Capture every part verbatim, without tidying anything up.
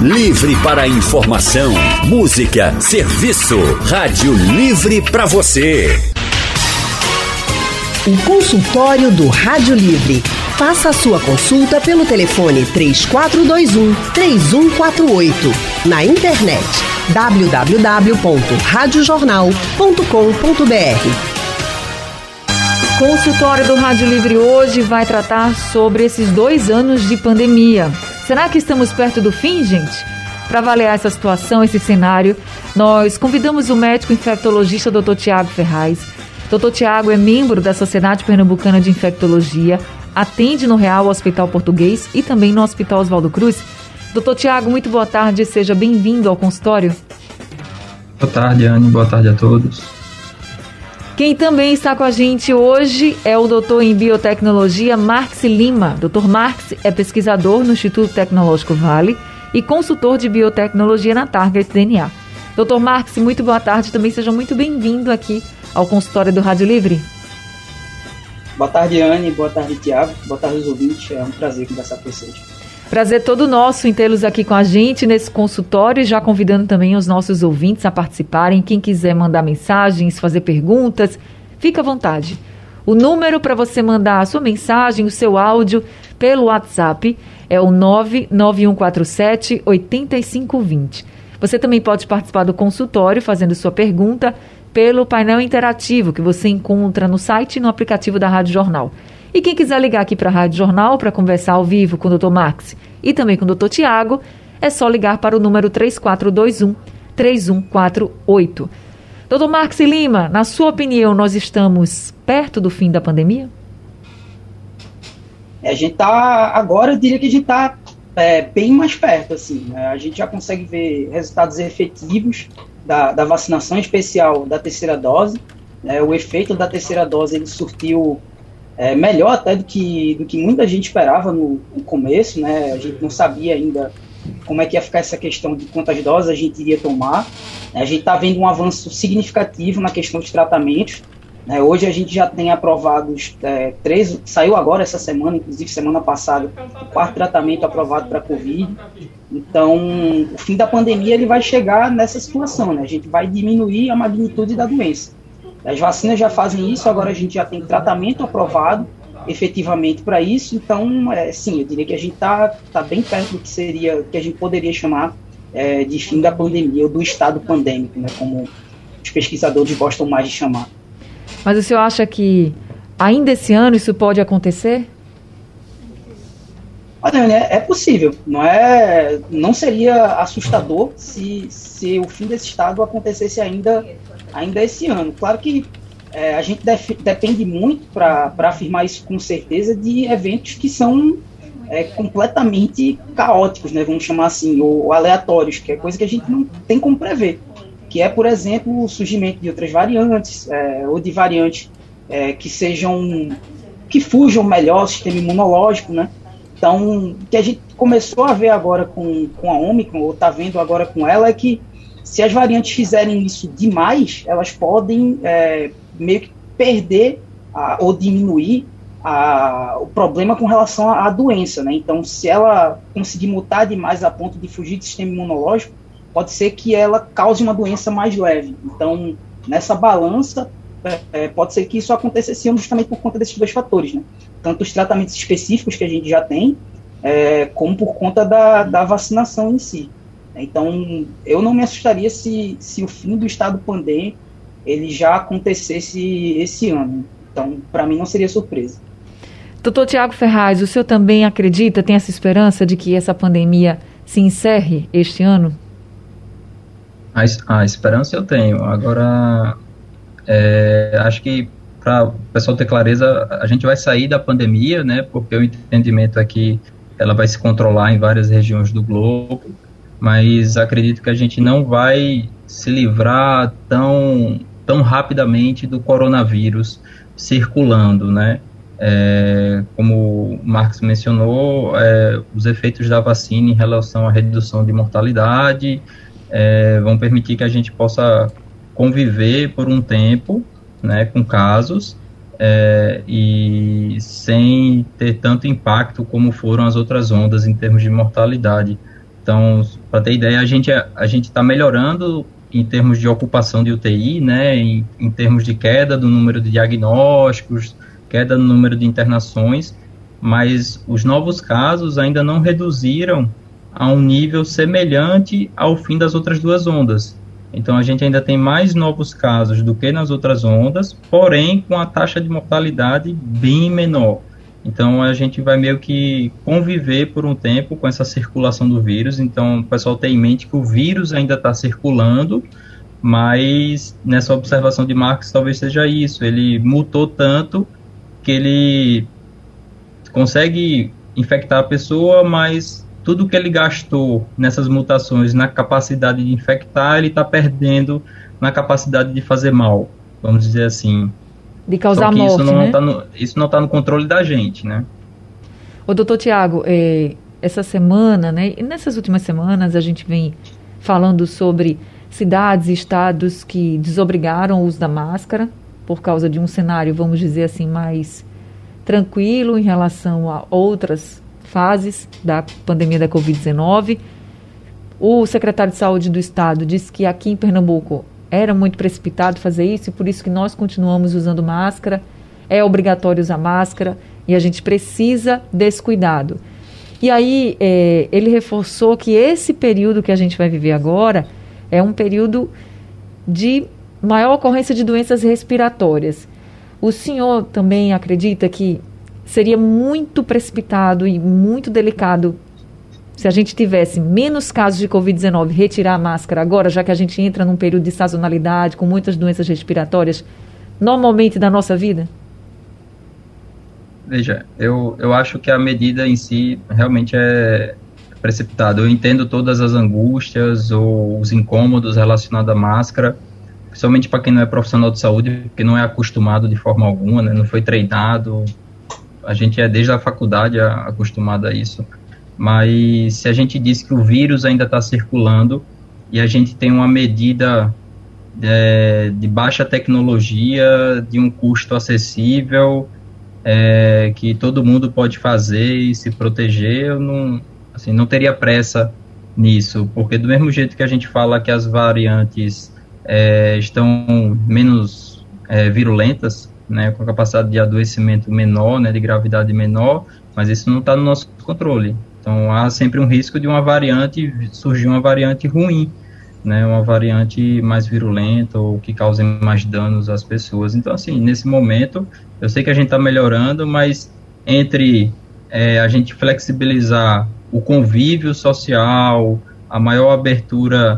Livre para informação, música, serviço. Rádio Livre para você. O consultório do Rádio Livre. Faça a sua consulta pelo telefone três quatro dois um, três um quatro oito. Na internet w w w ponto rádio jornal ponto com ponto b r. Consultório do Rádio Livre hoje vai tratar sobre esses dois anos de pandemia. Será que estamos perto do fim, gente? Para avaliar essa situação, esse cenário, nós convidamos o médico infectologista doutor Tiago Ferraz. doutor Tiago é membro da Sociedade Pernambucana de Infectologia, atende no Real Hospital Português e também no Hospital Oswaldo Cruz. doutor Tiago, muito boa tarde, seja bem-vindo ao consultório. Boa tarde, Anne, boa tarde a todos. Quem também está com a gente hoje é o doutor em Biotecnologia, Marx Lima. doutor Marx é pesquisador no Instituto Tecnológico Vale e consultor de biotecnologia na Target D N A. doutor Marx, muito boa tarde, também seja muito bem-vindo aqui ao consultório do Rádio Livre. Boa tarde, Anne, boa tarde, Tiago, boa tarde aos ouvintes, é um prazer conversar com vocês. Prazer todo nosso em tê-los aqui com a gente nesse consultório, já convidando também os nossos ouvintes a participarem. Quem quiser mandar mensagens, fazer perguntas, fica à vontade. O número para você mandar a sua mensagem, o seu áudio pelo WhatsApp é o nove nove um quatro sete, oito cinco dois zero. Você também pode participar do consultório fazendo sua pergunta pelo painel interativo que você encontra no site e no aplicativo da Rádio Jornal. E quem quiser ligar aqui para a Rádio Jornal para conversar ao vivo com o doutor Marx e também com o doutor Tiago, é só ligar para o número três quatro dois um, três um quatro oito. doutor Marx Lima, na sua opinião, nós estamos perto do fim da pandemia? É, a gente está, agora eu diria que a gente está é, bem mais perto, assim, né? A gente já consegue ver resultados efetivos da, da vacinação, em especial da terceira dose, né? O efeito da terceira dose, ele surtiu É, melhor até do que, do que muita gente esperava no, no começo, né? A gente não sabia ainda como é que ia ficar essa questão de quantas doses a gente iria tomar. A gente está vendo um avanço significativo na questão dos tratamentos, né? Hoje a gente já tem aprovados é, três, saiu agora essa semana, inclusive semana passada, o quarto tratamento aprovado para Covid. Então, o fim da pandemia ele vai chegar nessa situação, né? A gente vai diminuir a magnitude da doença. As vacinas já fazem isso, agora a gente já tem tratamento aprovado efetivamente para isso, então, é, sim, eu diria que a gente está tá bem perto do que seria, que a gente poderia chamar é, de fim da pandemia, ou do estado pandêmico, né, como os pesquisadores gostam mais de chamar. Mas o senhor acha que ainda esse ano isso pode acontecer? Olha, né, é possível, não, é, não seria assustador se, se o fim desse estado acontecesse ainda ainda esse ano. Claro que é, a gente def, depende muito, para afirmar isso com certeza, de eventos que são é, completamente caóticos, né, vamos chamar assim, ou, ou aleatórios, que é coisa que a gente não tem como prever, que é, por exemplo, o surgimento de outras variantes, é, ou de variantes é, que sejam, que fujam melhor ao sistema imunológico, né. Então, o que a gente começou a ver agora com, com a Ômicron, ou está vendo agora com ela, é que se as variantes fizerem isso demais, elas podem é, meio que perder a, ou diminuir a, o problema com relação à, à doença, né? Então, se ela conseguir mutar demais a ponto de fugir do sistema imunológico, pode ser que ela cause uma doença mais leve. Então, nessa balança, é, pode ser que isso acontecesse justamente por conta desses dois fatores, né? Tanto os tratamentos específicos que a gente já tem, é, como por conta da, da vacinação em si. Então, eu não me assustaria se, se o fim do estado pandêmico ele já acontecesse esse ano. Então, para mim, não seria surpresa. doutor Tiago Ferraz, o senhor também acredita, tem essa esperança de que essa pandemia se encerre este ano? A, a esperança eu tenho. Agora, é, acho que para o pessoal ter clareza, a gente vai sair da pandemia, né? Porque o entendimento é que ela vai se controlar em várias regiões do globo, mas acredito que a gente não vai se livrar tão, tão rapidamente do coronavírus circulando, né? É, como o Marx mencionou, é, os efeitos da vacina em relação à redução de mortalidade é, vão permitir que a gente possa conviver por um tempo, né, com casos é, e sem ter tanto impacto como foram as outras ondas em termos de mortalidade. Então, Para ter ideia, a gente a gente está melhorando em termos de ocupação de U T I, né, em, em termos de queda do número de diagnósticos, queda no número de internações, mas os novos casos ainda não reduziram a um nível semelhante ao fim das outras duas ondas. Então, a gente ainda tem mais novos casos do que nas outras ondas, porém, com a taxa de mortalidade bem menor. Então, a gente vai meio que conviver por um tempo com essa circulação do vírus. Então, o pessoal tem em mente que o vírus ainda está circulando, mas nessa observação de Marx talvez seja isso. Ele mutou tanto que ele consegue infectar a pessoa, mas tudo que ele gastou nessas mutações, na capacidade de infectar, ele está perdendo na capacidade de fazer mal, vamos dizer assim. De causar Só que morte, isso não né? Tá no, isso não está no controle da gente, né? Ô, doutor Tiago, é, essa semana, né, e nessas últimas semanas, a gente vem falando sobre cidades e estados que desobrigaram o uso da máscara por causa de um cenário, vamos dizer assim, mais tranquilo em relação a outras fases da pandemia da covid dezenove. O secretário de Saúde do Estado disse que aqui em Pernambuco era muito precipitado fazer isso e por isso que nós continuamos usando máscara. É obrigatório usar máscara e a gente precisa desse cuidado. E aí é, ele reforçou que esse período que a gente vai viver agora é um período de maior ocorrência de doenças respiratórias. O senhor também acredita que seria muito precipitado e muito delicado se a gente tivesse menos casos de covid dezenove, retirar a máscara agora, já que a gente entra num período de sazonalidade, com muitas doenças respiratórias, normalmente da nossa vida? Veja, eu, eu acho que a medida em si realmente é precipitada. Eu entendo todas as angústias ou os incômodos relacionados à máscara, principalmente para quem não é profissional de saúde, porque não é acostumado de forma alguma, né, não foi treinado. A gente é desde a faculdade acostumado a isso, mas se a gente diz que o vírus ainda está circulando e a gente tem uma medida é, de baixa tecnologia, de um custo acessível, é, que todo mundo pode fazer e se proteger, eu não, assim, não teria pressa nisso, porque do mesmo jeito que a gente fala que as variantes é, estão menos é, virulentas, né, com a capacidade de adoecimento menor, né, de gravidade menor, mas isso não está no nosso controle. Então, há sempre um risco de uma variante, surgir uma variante ruim, né, uma variante mais virulenta ou que cause mais danos às pessoas. Então, assim, nesse momento, eu sei que a gente está melhorando, mas entre é, a gente flexibilizar o convívio social, a maior abertura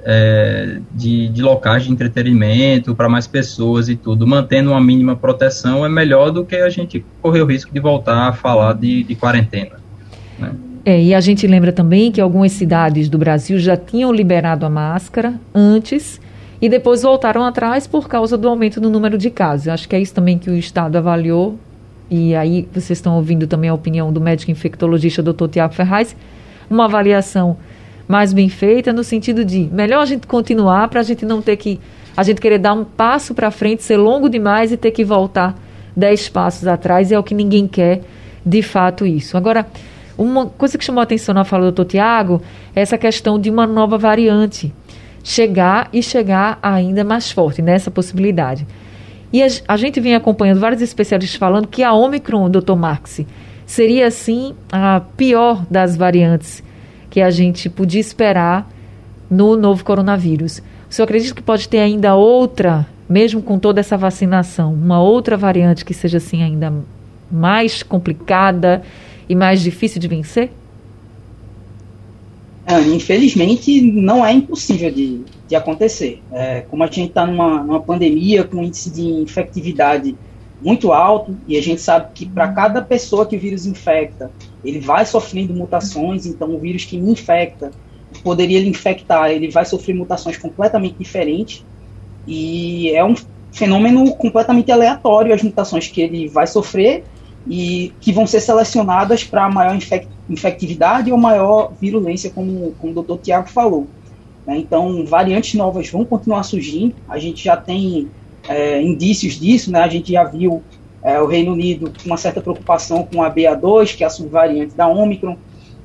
É, de, de locais de entretenimento para mais pessoas e tudo, mantendo uma mínima proteção, é melhor do que a gente correr o risco de voltar a falar de, de quarentena, né? É, e a gente lembra também que algumas cidades do Brasil já tinham liberado a máscara antes e depois voltaram atrás por causa do aumento do número de casos. Eu acho que é isso também que o Estado avaliou, e aí vocês estão ouvindo também a opinião do médico infectologista doutor Tiago Ferraz, uma avaliação mais bem feita, no sentido de melhor a gente continuar para a gente não ter que, a gente querer dar um passo para frente, ser longo demais e ter que voltar dez passos atrás, é o que ninguém quer, de fato, isso. Agora, uma coisa que chamou a atenção na fala do doutor Tiago é essa questão de uma nova variante chegar e chegar ainda mais forte, nessa possibilidade. E a, a gente vem acompanhando vários especialistas falando que a Ômicron, doutor Marx, seria, assim, a pior das variantes que a gente podia esperar no novo coronavírus. O senhor acredita que pode ter ainda outra, mesmo com toda essa vacinação, uma outra variante que seja assim ainda mais complicada e mais difícil de vencer? É, infelizmente, não é impossível de, de acontecer. É, como a gente está numa, numa pandemia com índice de infectividade muito alto, e a gente sabe que para cada pessoa que o vírus infecta, ele vai sofrendo mutações. Então o vírus que me infecta, poderia lhe infectar, ele vai sofrer mutações completamente diferentes, e é um fenômeno completamente aleatório as mutações que ele vai sofrer e que vão ser selecionadas para maior infect- infectividade ou maior virulência, como, como o doutor Tiago falou, né? Então variantes novas vão continuar surgindo, a gente já tem É, indícios disso, né? A gente já viu é, o Reino Unido com uma certa preocupação com a B A dois, que é a subvariante da Ômicron,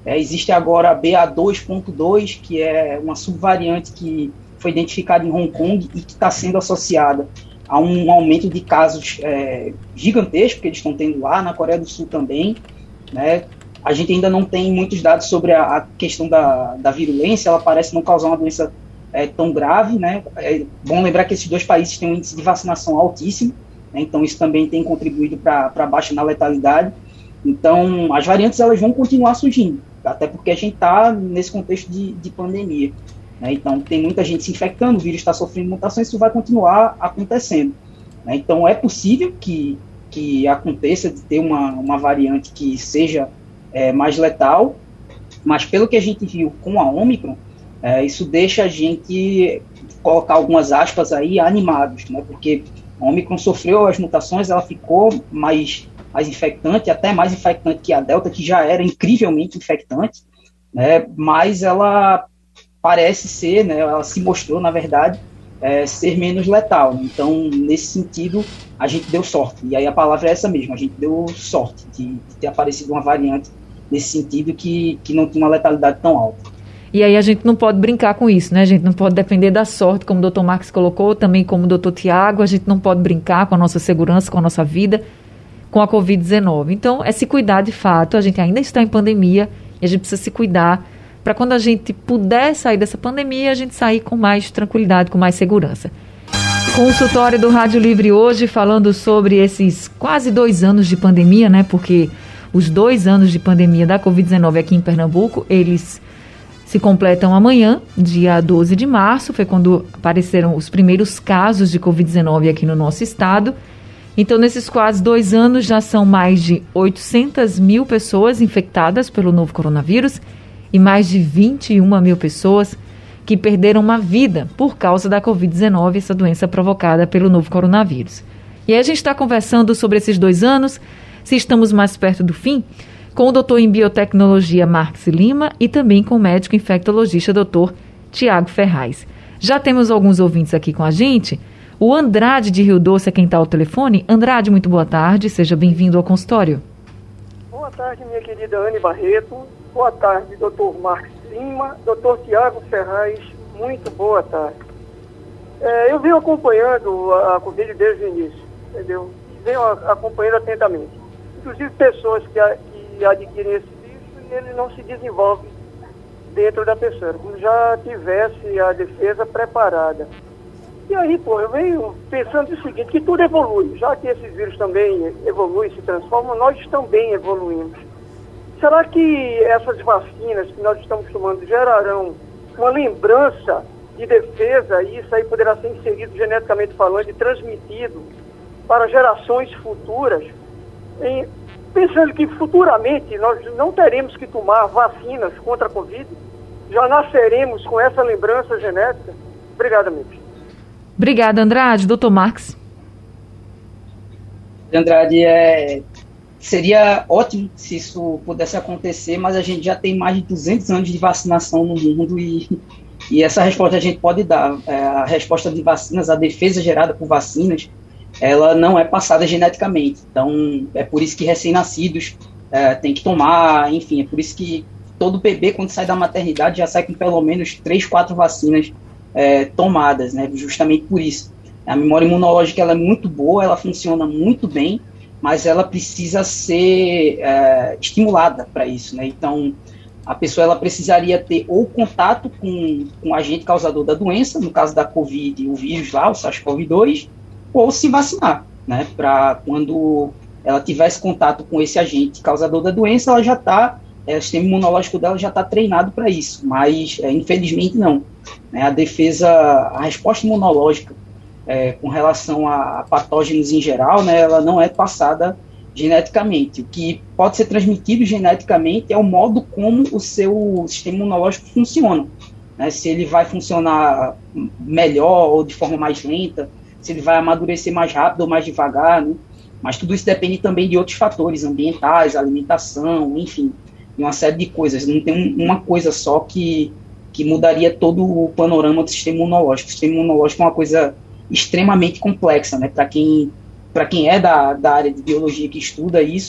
É, existe agora a B A dois ponto dois, que é uma subvariante que foi identificada em Hong Kong e que está sendo associada a um aumento de casos é, gigantesco que eles estão tendo lá, na Coreia do Sul também, né? A gente ainda não tem muitos dados sobre a, a questão da, da virulência, ela parece não causar uma doença é, tão grave, né? É bom lembrar que esses dois países têm um índice de vacinação altíssimo, né? Então isso também tem contribuído para a baixa na letalidade. Então, as variantes elas vão continuar surgindo, até porque a gente está nesse contexto de, de pandemia, né? Então, tem muita gente se infectando, o vírus está sofrendo mutações, isso vai continuar acontecendo, né? Então, é possível que, que aconteça de ter uma, uma variante que seja é, mais letal, mas pelo que a gente viu com a Ômicron, é, isso deixa a gente colocar algumas aspas aí animados, né? Porque a Ômicron sofreu as mutações, ela ficou mais... mais infectante, até mais infectante que a Delta, que já era incrivelmente infectante, né, mas ela parece ser, né, ela se mostrou, na verdade, é, ser menos letal. Então, nesse sentido, a gente deu sorte. E aí a palavra é essa mesmo, a gente deu sorte de, de ter aparecido uma variante nesse sentido que, que não tinha uma letalidade tão alta. E aí a gente não pode brincar com isso, né? A gente não pode depender da sorte, como o doutor Marcos colocou, também como o doutor Tiago, a gente não pode brincar com a nossa segurança, com a nossa vida, com a covid dezenove. Então, é se cuidar de fato. A gente ainda está em pandemia e a gente precisa se cuidar para quando a gente puder sair dessa pandemia, a gente sair com mais tranquilidade, com mais segurança. Consultório do Rádio Livre hoje, falando sobre esses quase dois anos de pandemia, né? Porque os dois anos de pandemia da covid dezenove aqui em Pernambuco, eles se completam amanhã, dia doze de março, foi quando apareceram os primeiros casos de covid dezenove aqui no nosso estado. Então, nesses quase dois anos, já são mais de oitocentas mil pessoas infectadas pelo novo coronavírus e mais de vinte e uma mil pessoas que perderam uma vida por causa da covid dezenove, essa doença provocada pelo novo coronavírus. E aí a gente está conversando sobre esses dois anos, se estamos mais perto do fim, com o doutor em biotecnologia Marcos Lima e também com o médico infectologista doutor Tiago Ferraz. Já temos alguns ouvintes aqui com a gente. O Andrade de Rio Doce é quem está ao telefone. Andrade, muito boa tarde, seja bem-vindo ao consultório. Boa tarde, minha querida Anne Barreto. Boa tarde, doutor Marcos Lima, doutor Tiago Ferraz, muito boa tarde. É, eu venho acompanhando a, a Covid desde o início, entendeu? Venho a, acompanhando atentamente. Inclusive pessoas que, a, que adquirem esse vírus e ele não se desenvolve dentro da pessoa, como já tivesse a defesa preparada. E aí, pô, eu venho pensando o seguinte, que tudo evolui. Já que esses vírus também evoluem, se transformam, nós também evoluímos. Será que essas vacinas que nós estamos tomando gerarão uma lembrança de defesa e isso aí poderá ser inserido geneticamente falando e transmitido para gerações futuras? Em, pensando que futuramente nós não teremos que tomar vacinas contra a Covid, já nasceremos com essa lembrança genética? Obrigado, amigos. Obrigada, Andrade. doutor Marcos. Andrade, é, seria ótimo se isso pudesse acontecer, mas a gente já tem mais de duzentos anos de vacinação no mundo e, e essa resposta a gente pode dar. É, a resposta de vacinas, a defesa gerada por vacinas, ela não é passada geneticamente. Então, é por isso que recém-nascidos é, tem que tomar, enfim, é por isso que todo bebê, quando sai da maternidade, já sai com pelo menos três, quatro vacinas É, tomadas, né, justamente por isso. A memória imunológica ela é muito boa, ela funciona muito bem, mas ela precisa ser é, estimulada para isso, né? Então, a pessoa ela precisaria ter ou contato com, com o agente causador da doença, no caso da Covid, o vírus lá, o SARS-CoV dois, ou se vacinar, né? Para quando ela tivesse contato com esse agente causador da doença, ela já está, é, o sistema imunológico dela já está treinado para isso, mas é, infelizmente não. A defesa, a resposta imunológica é, com relação a patógenos em geral, né, ela não é passada geneticamente. O que pode ser transmitido geneticamente é o modo como o seu sistema imunológico funciona, né, se ele vai funcionar melhor ou de forma mais lenta, se ele vai amadurecer mais rápido ou mais devagar, né, mas tudo isso depende também de outros fatores ambientais, alimentação, enfim, de uma série de coisas. Não tem uma coisa só que que mudaria todo o panorama do sistema imunológico. O sistema imunológico é uma coisa extremamente complexa, né? Para quem, para quem é da, da área de biologia que estuda isso,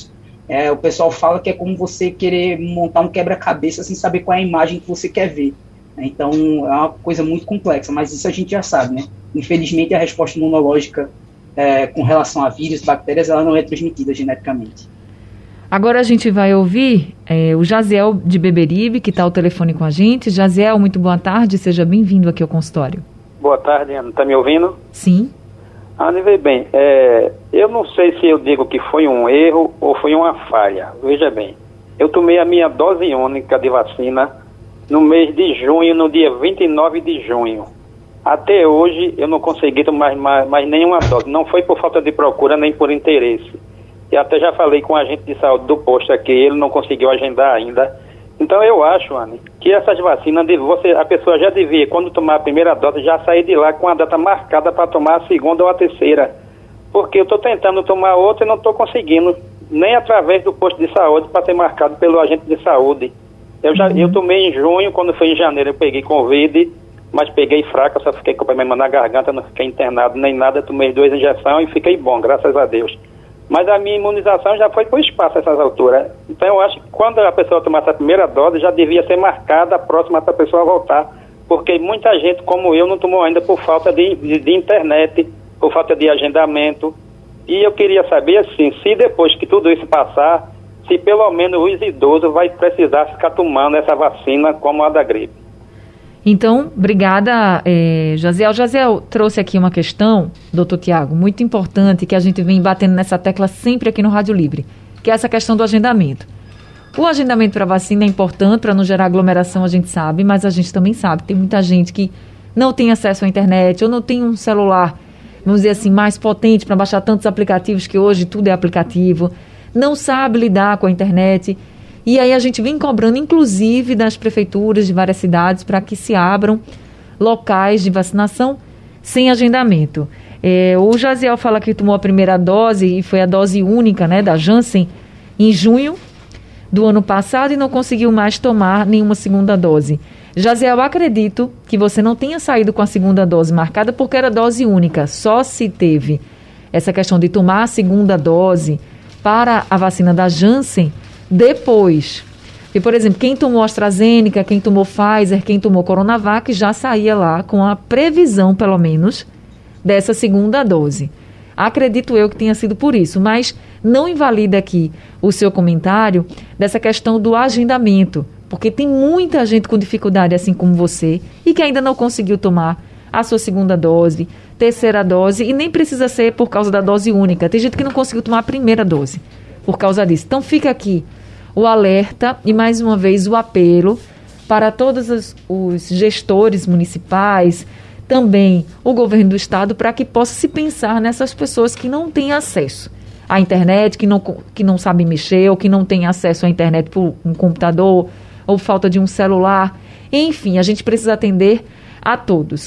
É, o pessoal fala que é como você querer montar um quebra-cabeça sem saber qual é a imagem que você quer ver. Então, é uma coisa muito complexa, mas isso a gente já sabe, né? Infelizmente, a resposta imunológica é, com relação a vírus, bactérias, ela não é transmitida geneticamente. Agora a gente vai ouvir é, o Jaziel de Beberibe, que está ao telefone com a gente. Jaziel, muito boa tarde, seja bem-vindo aqui ao consultório. Boa tarde, Ana. Está me ouvindo? Sim. Ana, veja bem, é, eu não sei se eu digo que foi um erro ou foi uma falha. Veja bem, eu tomei a minha dose única de vacina no mês de junho, no dia vinte e nove de junho. Até hoje eu não consegui tomar mais, mais nenhuma dose. Não foi por falta de procura nem por interesse. E até já falei com o agente de saúde do posto aqui, ele não conseguiu agendar ainda. Então eu acho, Ana, que essas vacinas, você, a pessoa já devia, quando tomar a primeira dose, já sair de lá com a data marcada para tomar a segunda ou a terceira. Porque eu estou tentando tomar outra e não estou conseguindo, nem através do posto de saúde, para ser marcado pelo agente de saúde. Eu, já, uhum. eu tomei em junho, quando foi em janeiro eu peguei Covid, mas peguei fraca, só fiquei com problema na garganta, não fiquei internado nem nada, tomei duas injeções e fiquei bom, graças a Deus. Mas a minha imunização já foi para o espaço a essas alturas. Então eu acho que quando a pessoa tomar essa primeira dose, já devia ser marcada a próxima para a pessoa voltar. Porque muita gente, como eu, não tomou ainda por falta de, de, de internet, por falta de agendamento. E eu queria saber, assim, se depois que tudo isso passar, se pelo menos os idosos vai precisar ficar tomando essa vacina como a da gripe. Então, obrigada, eh, Jaziel. Jaziel trouxe aqui uma questão, doutor Tiago, muito importante, que a gente vem batendo nessa tecla sempre aqui no Rádio Livre, que é essa questão do agendamento. O agendamento para vacina é importante para não gerar aglomeração, a gente sabe, mas a gente também sabe que tem muita gente que não tem acesso à internet ou não tem um celular, vamos dizer assim, mais potente para baixar tantos aplicativos, que hoje tudo é aplicativo, não sabe lidar com a internet. E aí a gente vem cobrando, inclusive, das prefeituras de várias cidades para que se abram locais de vacinação sem agendamento. É, o Jaziel fala que tomou a primeira dose, e foi a dose única, né, da Janssen, em junho do ano passado e não conseguiu mais tomar nenhuma segunda dose. Jaziel, acredito que você não tenha saído com a segunda dose marcada porque era dose única. Só se teve essa questão de tomar a segunda dose para a vacina da Janssen depois. E, por exemplo, quem tomou AstraZeneca, quem tomou Pfizer, quem tomou Coronavac, já saía lá com a previsão, pelo menos, dessa segunda dose. Acredito eu que tenha sido por isso, mas não invalida aqui o seu comentário dessa questão do agendamento, porque tem muita gente com dificuldade, assim como você, e que ainda não conseguiu tomar a sua segunda dose, terceira dose, e nem precisa ser por causa da dose única. Tem gente que não conseguiu tomar a primeira dose por causa disso. Então fica aqui o alerta e mais uma vez o apelo para todos os, os gestores municipais, também o governo do estado, para que possa se pensar nessas pessoas que não têm acesso à internet, que não, que não sabem mexer, ou que não têm acesso à internet por um computador, ou falta de um celular. Enfim, a gente precisa atender a todos.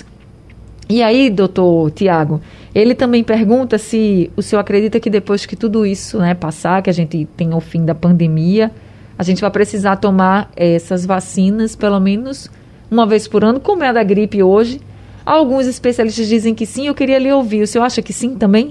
E aí, doutor Tiago, ele também pergunta se o senhor acredita que depois que tudo isso, né, passar, que a gente tenha o fim da pandemia, a gente vai precisar tomar essas vacinas pelo menos uma vez por ano, como é a da gripe hoje. Alguns especialistas dizem que sim, eu queria lhe ouvir. O senhor acha que sim também?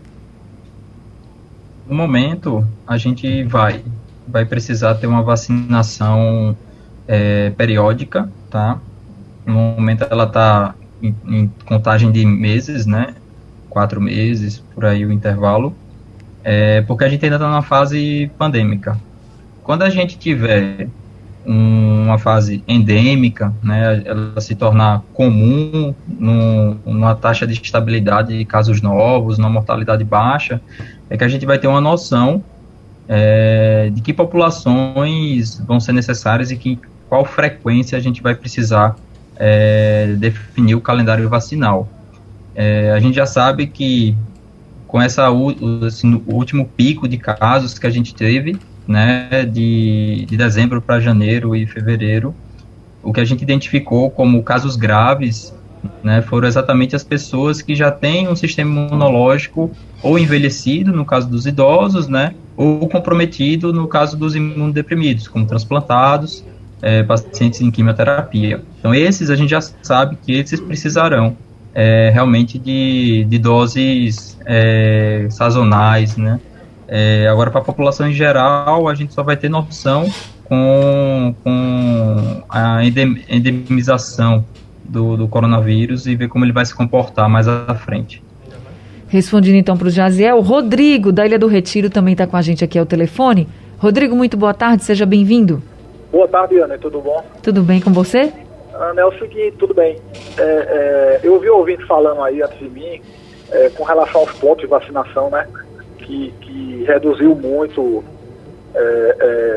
No momento, a gente vai, vai precisar ter uma vacinação é, periódica, tá? No momento ela está Em, em contagem de meses, né, quatro meses, por aí o intervalo, é, porque a gente ainda está na fase pandêmica. Quando a gente tiver um, uma fase endêmica, né, ela se tornar comum, num, numa taxa de estabilidade de casos novos, numa mortalidade baixa, é que a gente vai ter uma noção é, de que populações vão ser necessárias e que, qual frequência a gente vai precisar É, definir o calendário vacinal. É, a gente já sabe que com essa, assim, o último pico de casos que a gente teve, né, de, de dezembro para janeiro e fevereiro, o que a gente identificou como casos graves, né, foram exatamente as pessoas que já têm um sistema imunológico ou envelhecido, no caso dos idosos, né, ou comprometido no caso dos imunodeprimidos, como transplantados, É, pacientes em quimioterapia. Então esses a gente já sabe que esses precisarão é, realmente de, de doses é, sazonais, né? É, agora, para a população em geral, a gente só vai ter noção com, com a endemização do, do coronavírus e ver como ele vai se comportar mais à frente. Respondendo então para o Jaziel, o Rodrigo, da Ilha do Retiro, também está com a gente aqui ao telefone. Rodrigo, muito boa tarde, seja bem-vindo. Boa tarde, Ana, tudo bom? Tudo bem com você? Ana, é o seguinte, tudo bem. É, é, eu ouvi o ouvinte falando aí antes de mim, é, com relação aos pontos de vacinação, né? Que, que reduziu muito é,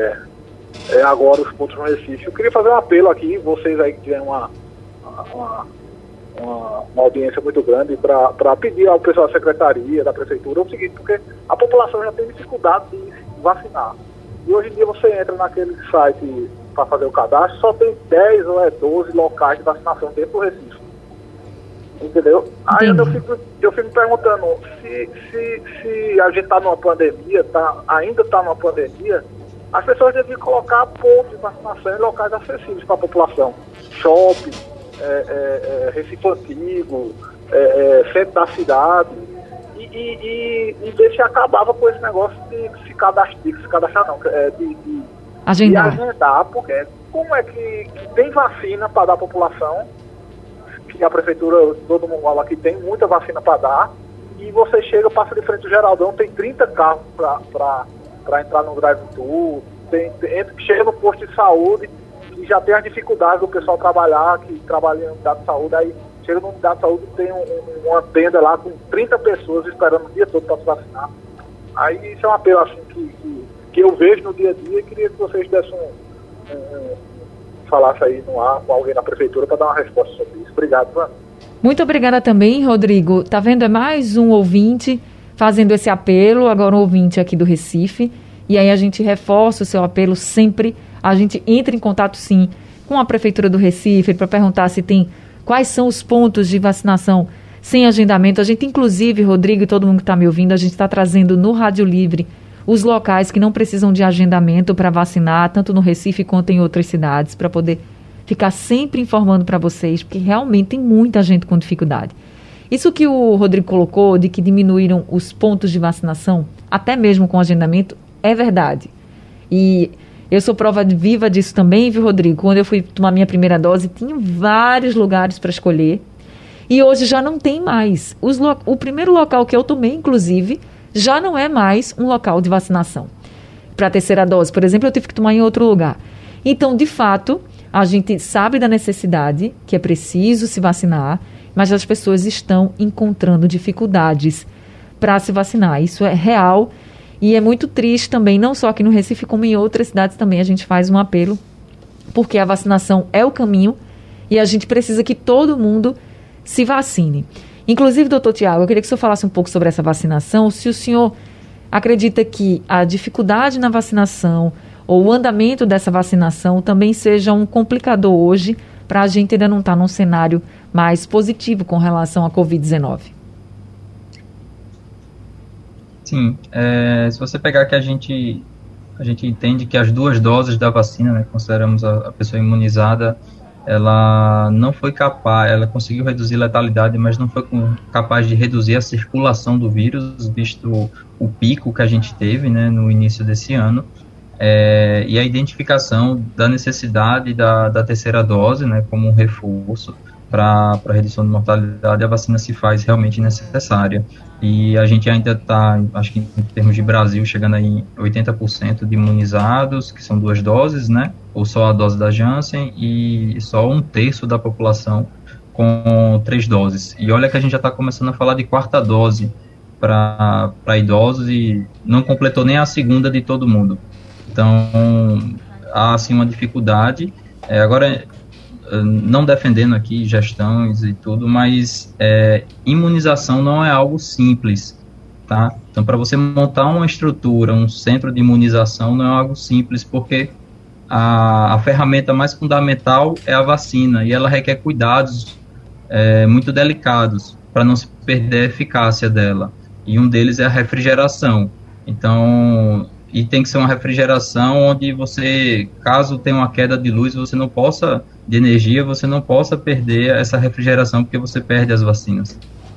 é, é, agora os pontos no Recife. Eu queria fazer um apelo aqui, vocês aí que tiverem uma, uma, uma, uma audiência muito grande, para pedir ao pessoal da secretaria, da prefeitura, o seguinte, porque a população já tem dificuldade de se vacinar. E hoje em dia você entra naquele site para fazer o cadastro, só tem dez ou é doze locais de vacinação dentro do Recife. Entendeu? Aí eu fico, eu fico perguntando, se, se, se a gente está numa pandemia, tá, ainda está numa pandemia, as pessoas devem colocar pontos de vacinação em locais acessíveis para a população. Shopping, é, é, é, Recife Antigo, é, é, centro da cidade. E, e, e, e ver se acabava com esse negócio de se cadastrar, de se cadastrar não, é, de, de, agendar. de agendar, porque como é que, que tem vacina para dar à população, que a prefeitura, todo mundo fala que tem muita vacina para dar, e você chega, passa de frente ao Geraldão, tem trinta carros para entrar no drive-thru, tem, tem, chega no posto de saúde, e já tem as dificuldades do pessoal trabalhar, que trabalha em unidade de saúde, aí chega numa unidade de saúde e tem um, um, uma tenda lá com trinta pessoas esperando o dia todo para se vacinar. Aí isso é um apelo assim, que, que, que eu vejo no dia a dia e queria que vocês dessem um, um, um falasse aí no ar com alguém na prefeitura para dar uma resposta sobre isso. Obrigado, Vânia. Muito obrigada também, Rodrigo. Tá vendo? É mais um ouvinte fazendo esse apelo, agora um ouvinte aqui do Recife. E aí a gente reforça o seu apelo sempre. A gente entra em contato, sim, com a prefeitura do Recife para perguntar se tem quais são os pontos de vacinação sem agendamento. A gente, inclusive, Rodrigo e todo mundo que está me ouvindo, a gente está trazendo no Rádio Livre os locais que não precisam de agendamento para vacinar, tanto no Recife quanto em outras cidades, para poder ficar sempre informando para vocês, porque realmente tem muita gente com dificuldade. Isso que o Rodrigo colocou, de que diminuíram os pontos de vacinação, até mesmo com agendamento, é verdade. E eu sou prova viva disso também, viu, Rodrigo? Quando eu fui tomar minha primeira dose, tinha vários lugares para escolher. E hoje já não tem mais. Os lo- o primeiro local que eu tomei, inclusive, já não é mais um local de vacinação. Para a terceira dose, por exemplo, eu tive que tomar em outro lugar. Então, de fato, a gente sabe da necessidade, que é preciso se vacinar, mas as pessoas estão encontrando dificuldades para se vacinar. Isso é real e é muito triste também, não só aqui no Recife, como em outras cidades também a gente faz um apelo, porque a vacinação é o caminho e a gente precisa que todo mundo se vacine. Inclusive, doutor Tiago, eu queria que o senhor falasse um pouco sobre essa vacinação, se o senhor acredita que a dificuldade na vacinação ou o andamento dessa vacinação também seja um complicador hoje para a gente ainda não estar num cenário mais positivo com relação à covid dezenove. Sim, é, se você pegar que a gente, a gente entende que as duas doses da vacina, né, consideramos a, a pessoa imunizada, ela não foi capaz, ela conseguiu reduzir a letalidade, mas não foi com, capaz de reduzir a circulação do vírus, visto o, o pico que a gente teve, né, no início desse ano, é, e a identificação da necessidade da, da terceira dose, né, como um reforço para a redução de mortalidade. A vacina se faz realmente necessária. E a gente ainda está, acho que em termos de Brasil, chegando aí em oitenta por cento de imunizados, que são duas doses, né? Ou só a dose da Janssen, e só um terço da população com três doses. E olha que a gente já está começando a falar de quarta dose para idosos e não completou nem a segunda de todo mundo. Então, há assim uma dificuldade. É, agora, não defendendo aqui gestões e tudo, mas é, imunização não é algo simples, tá? Então, para você montar uma estrutura, um centro de imunização, não é algo simples, porque a, a ferramenta mais fundamental é a vacina, e ela requer cuidados é, muito delicados para não se perder a eficácia dela, e um deles é a refrigeração. Então, e tem que ser uma refrigeração onde você, caso tenha uma queda de luz, você não possa, de energia, você não possa perder essa refrigeração, porque você perde as vacinas.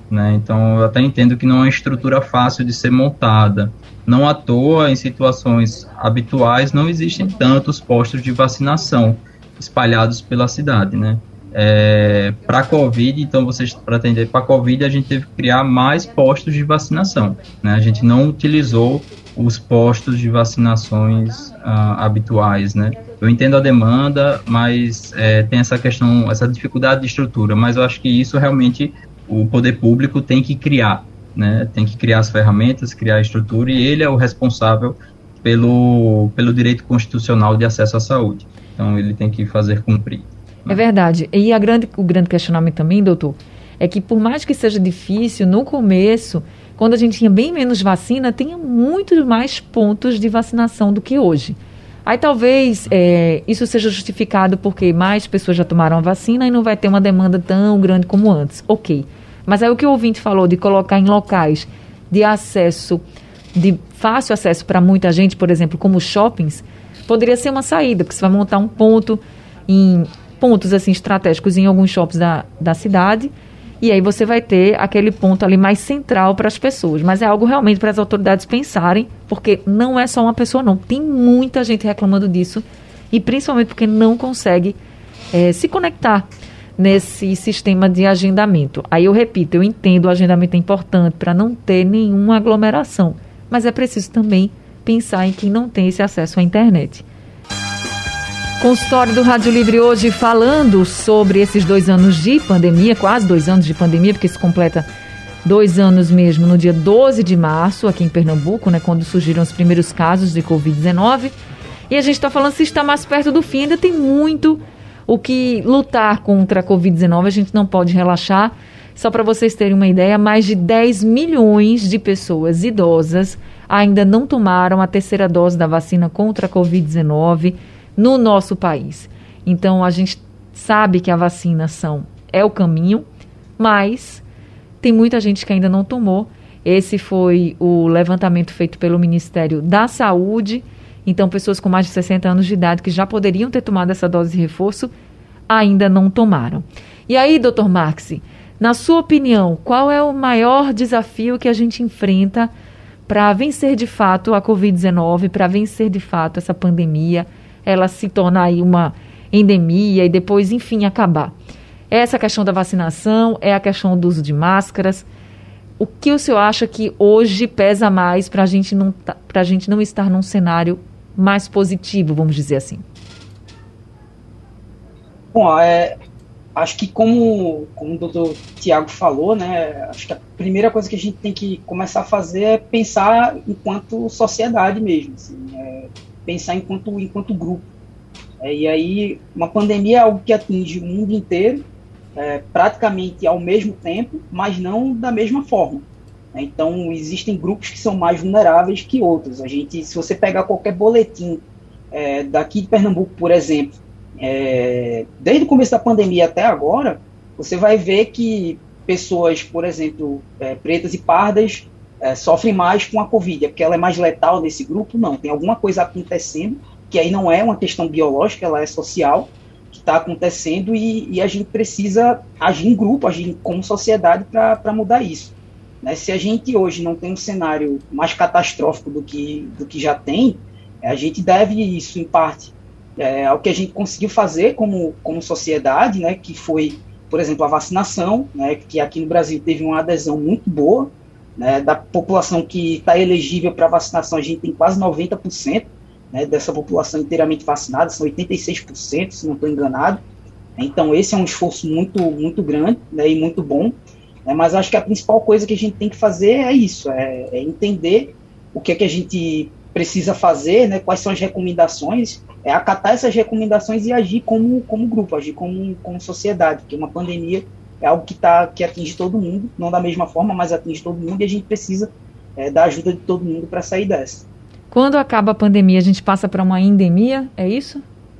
né? Então, eu até entendo que não é uma estrutura fácil de ser montada. Não à toa, em situações habituais, não existem tantos postos de vacinação espalhados pela cidade, né? É, para a Covid, então, vocês, para atender para a Covid, a gente teve que criar mais postos de vacinação, né? A gente não utilizou os postos de vacinações ah, habituais, né? Eu entendo a demanda, mas é, tem essa questão, essa dificuldade de estrutura, mas eu acho que isso realmente o poder público tem que criar, né? Tem que criar as ferramentas, criar a estrutura, e ele é o responsável pelo, pelo direito constitucional de acesso à saúde. Então, ele tem que fazer cumprir. É verdade. E a grande, o grande questionamento também, doutor, é que por mais que seja difícil, no começo, quando a gente tinha bem menos vacina, tinha muito mais pontos de vacinação do que hoje. Aí talvez é, isso seja justificado porque mais pessoas já tomaram a vacina e não vai ter uma demanda tão grande como antes. Ok. Mas aí o que o ouvinte falou de colocar em locais de acesso, de fácil acesso para muita gente, por exemplo, como shoppings, poderia ser uma saída, porque você vai montar um ponto em pontos assim estratégicos em alguns shoppings da, da cidade, e aí você vai ter aquele ponto ali mais central para as pessoas. Mas é algo realmente para as autoridades pensarem, porque não é só uma pessoa não, tem muita gente reclamando disso, e principalmente porque não consegue é, se conectar nesse sistema de agendamento. Aí eu repito, eu entendo, o agendamento é importante para não ter nenhuma aglomeração, mas é preciso também pensar em quem não tem esse acesso à internet. Consultório do Rádio Livre hoje falando sobre esses dois anos de pandemia, quase dois anos de pandemia, porque se completa dois anos mesmo no dia doze de março, aqui em Pernambuco, né, quando surgiram os primeiros casos de covid dezenove. E a gente está falando se está mais perto do fim, ainda tem muito o que lutar contra a covid dezenove, a gente não pode relaxar. Só para vocês terem uma ideia, mais de dez milhões de pessoas idosas ainda não tomaram a terceira dose da vacina contra a covid dezenove no nosso país. Então, a gente sabe que a vacinação é o caminho, mas tem muita gente que ainda não tomou. Esse foi o levantamento feito pelo Ministério da Saúde. Então, pessoas com mais de sessenta anos de idade que já poderiam ter tomado essa dose de reforço, ainda não tomaram. E aí, doutor Marx, na sua opinião, qual é o maior desafio que a gente enfrenta para vencer de fato a covid dezenove, para vencer de fato essa pandemia, ela se tornar aí uma endemia e depois, enfim, acabar? É essa questão da vacinação, é a questão do uso de máscaras. O que o senhor acha que hoje pesa mais para a gente não, para a gente não estar num cenário mais positivo, vamos dizer assim? Bom, é, acho que como, como o doutor Tiago falou, né, acho que a primeira coisa que a gente tem que começar a fazer é pensar enquanto sociedade mesmo, assim, é, pensar enquanto, enquanto grupo. É, e aí, uma pandemia é algo que atinge o mundo inteiro, é, praticamente ao mesmo tempo, mas não da mesma forma. Então, existem grupos que são mais vulneráveis que outros. A gente, se você pegar qualquer boletim é, daqui de Pernambuco, por exemplo, é, desde o começo da pandemia até agora, você vai ver que pessoas, por exemplo, é, pretas e pardas, é, sofrem mais com a Covid. É porque ela é mais letal nesse grupo? Não, tem alguma coisa acontecendo, que aí não é uma questão biológica, ela é social, que está acontecendo, e, e a gente precisa agir em grupo, agir como sociedade para mudar isso. Né? Se a gente hoje não tem um cenário mais catastrófico do que, do que já tem, a gente deve isso, em parte, é, ao que a gente conseguiu fazer como, como sociedade, né, que foi, por exemplo, a vacinação, né, que aqui no Brasil teve uma adesão muito boa, né, da população que está elegível para vacinação, a gente tem quase noventa por cento, né, dessa população inteiramente vacinada, são oitenta e seis por cento, se não estou enganado. Então, esse é um esforço muito, muito grande, né, e muito bom, né, mas acho que a principal coisa que a gente tem que fazer é isso, é, é entender o que é que a gente precisa fazer, né, quais são as recomendações, é acatar essas recomendações e agir como, como grupo, agir como, como sociedade, porque uma pandemia é algo que, tá, que atinge todo mundo, não da mesma forma, mas atinge todo mundo, e a gente precisa é, da ajuda de todo mundo para sair dessa. Quando acaba a pandemia, a gente passa para uma endemia, é isso?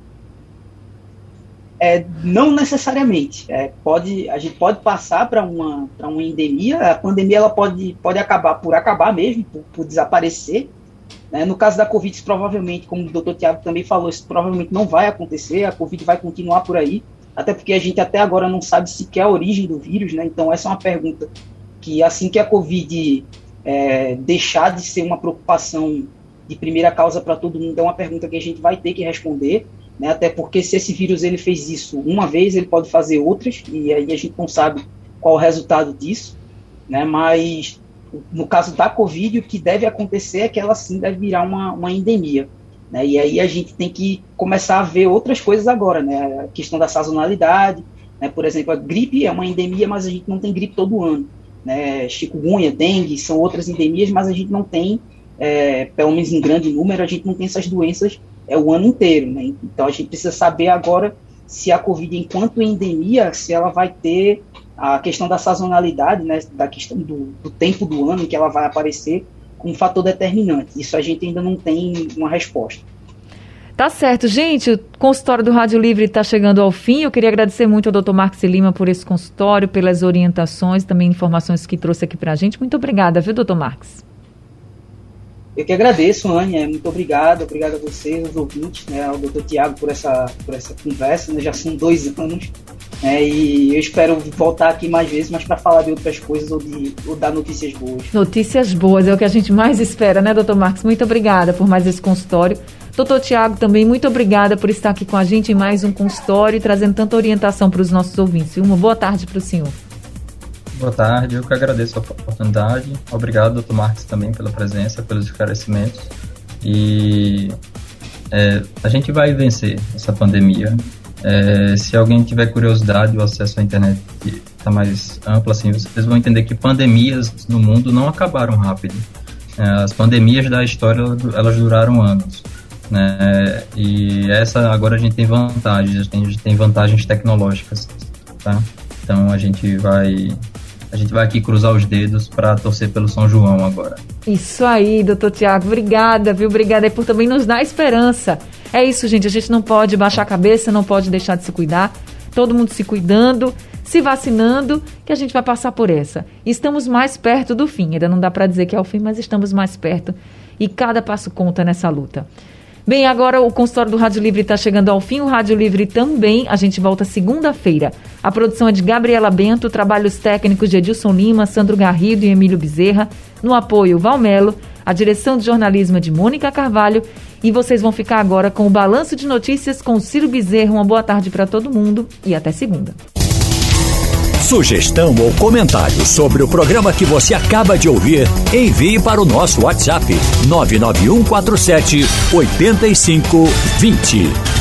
É, não necessariamente. É, pode, a gente pode passar para uma, para uma endemia. A pandemia ela pode, pode acabar por acabar mesmo, por, por desaparecer. Né? No caso da Covid, isso provavelmente, como o doutor Tiago também falou, isso provavelmente não vai acontecer. A Covid vai continuar por aí, até porque a gente até agora não sabe sequer a origem do vírus, né? Então essa é uma pergunta que assim que a Covid é, deixar de ser uma preocupação de primeira causa para todo mundo, é uma pergunta que a gente vai ter que responder, né, até porque se esse vírus ele fez isso uma vez, ele pode fazer outras, e aí a gente não sabe qual o resultado disso, né, mas no caso da Covid, o que deve acontecer é que ela sim deve virar uma, uma endemia. Né, e aí a gente tem que começar a ver outras coisas agora, né, a questão da sazonalidade, né, por exemplo, a gripe é uma endemia, mas a gente não tem gripe todo ano, né, chikungunya, dengue, são outras endemias, mas a gente não tem, é, pelo menos em grande número, a gente não tem essas doenças é, o ano inteiro, né, então a gente precisa saber agora se a Covid, enquanto endemia, se ela vai ter a questão da sazonalidade, né, da questão do, do tempo do ano em que ela vai aparecer, como um fator determinante. Isso a gente ainda não tem uma resposta. Tá certo, gente. O consultório do Rádio Livre está chegando ao fim. Eu queria agradecer muito ao doutor Marcos Lima por esse consultório, pelas orientações, também informações que trouxe aqui para a gente. Muito obrigada, viu, doutor Marcos? Eu que agradeço, Ania. Muito obrigado. Obrigado a vocês, aos ouvintes, né, ao doutor Tiago por essa, por essa conversa. Né, já são dois anos. É, e eu espero voltar aqui mais vezes, mas para falar de outras coisas ou, de, ou dar notícias boas. Notícias boas, é o que a gente mais espera, né, doutor Marcos? Muito obrigada por mais esse consultório. Doutor Tiago, também muito obrigada por estar aqui com a gente em mais um consultório e trazendo tanta orientação para os nossos ouvintes. Uma boa tarde para o senhor. Boa tarde, eu que agradeço a oportunidade. Obrigado, doutor Marcos, também pela presença, pelos esclarecimentos. E é, a gente vai vencer essa pandemia. É, se alguém tiver curiosidade, o acesso à internet está mais amplo, assim, vocês vão entender que pandemias no mundo não acabaram rápido. É, as pandemias da história, elas duraram anos, né? E essa agora a gente tem vantagens, a gente tem, a gente tem vantagens tecnológicas, tá? Então a gente vai a gente vai aqui cruzar os dedos para torcer pelo São João agora. Isso aí, doutor Tiago, obrigada, viu? Obrigada aí por também nos dar esperança. É isso, gente, a gente não pode baixar a cabeça, não pode deixar de se cuidar, todo mundo se cuidando, se vacinando, que a gente vai passar por essa. Estamos mais perto do fim, ainda não dá para dizer que é o fim, mas estamos mais perto e cada passo conta nessa luta. Bem, agora o consultório do Rádio Livre está chegando ao fim, o Rádio Livre também, a gente volta segunda-feira. A produção é de Gabriela Bento, trabalhos técnicos de Edilson Lima, Sandro Garrido e Emílio Bezerra, no apoio Valmelo, a direção de jornalismo é de Mônica Carvalho e vocês vão ficar agora com o Balanço de Notícias com Ciro Bezerra. Uma boa tarde para todo mundo e até segunda. Sugestão ou comentário sobre o programa que você acaba de ouvir, envie para o nosso WhatsApp nove nove um quatro sete oito cinco dois zero.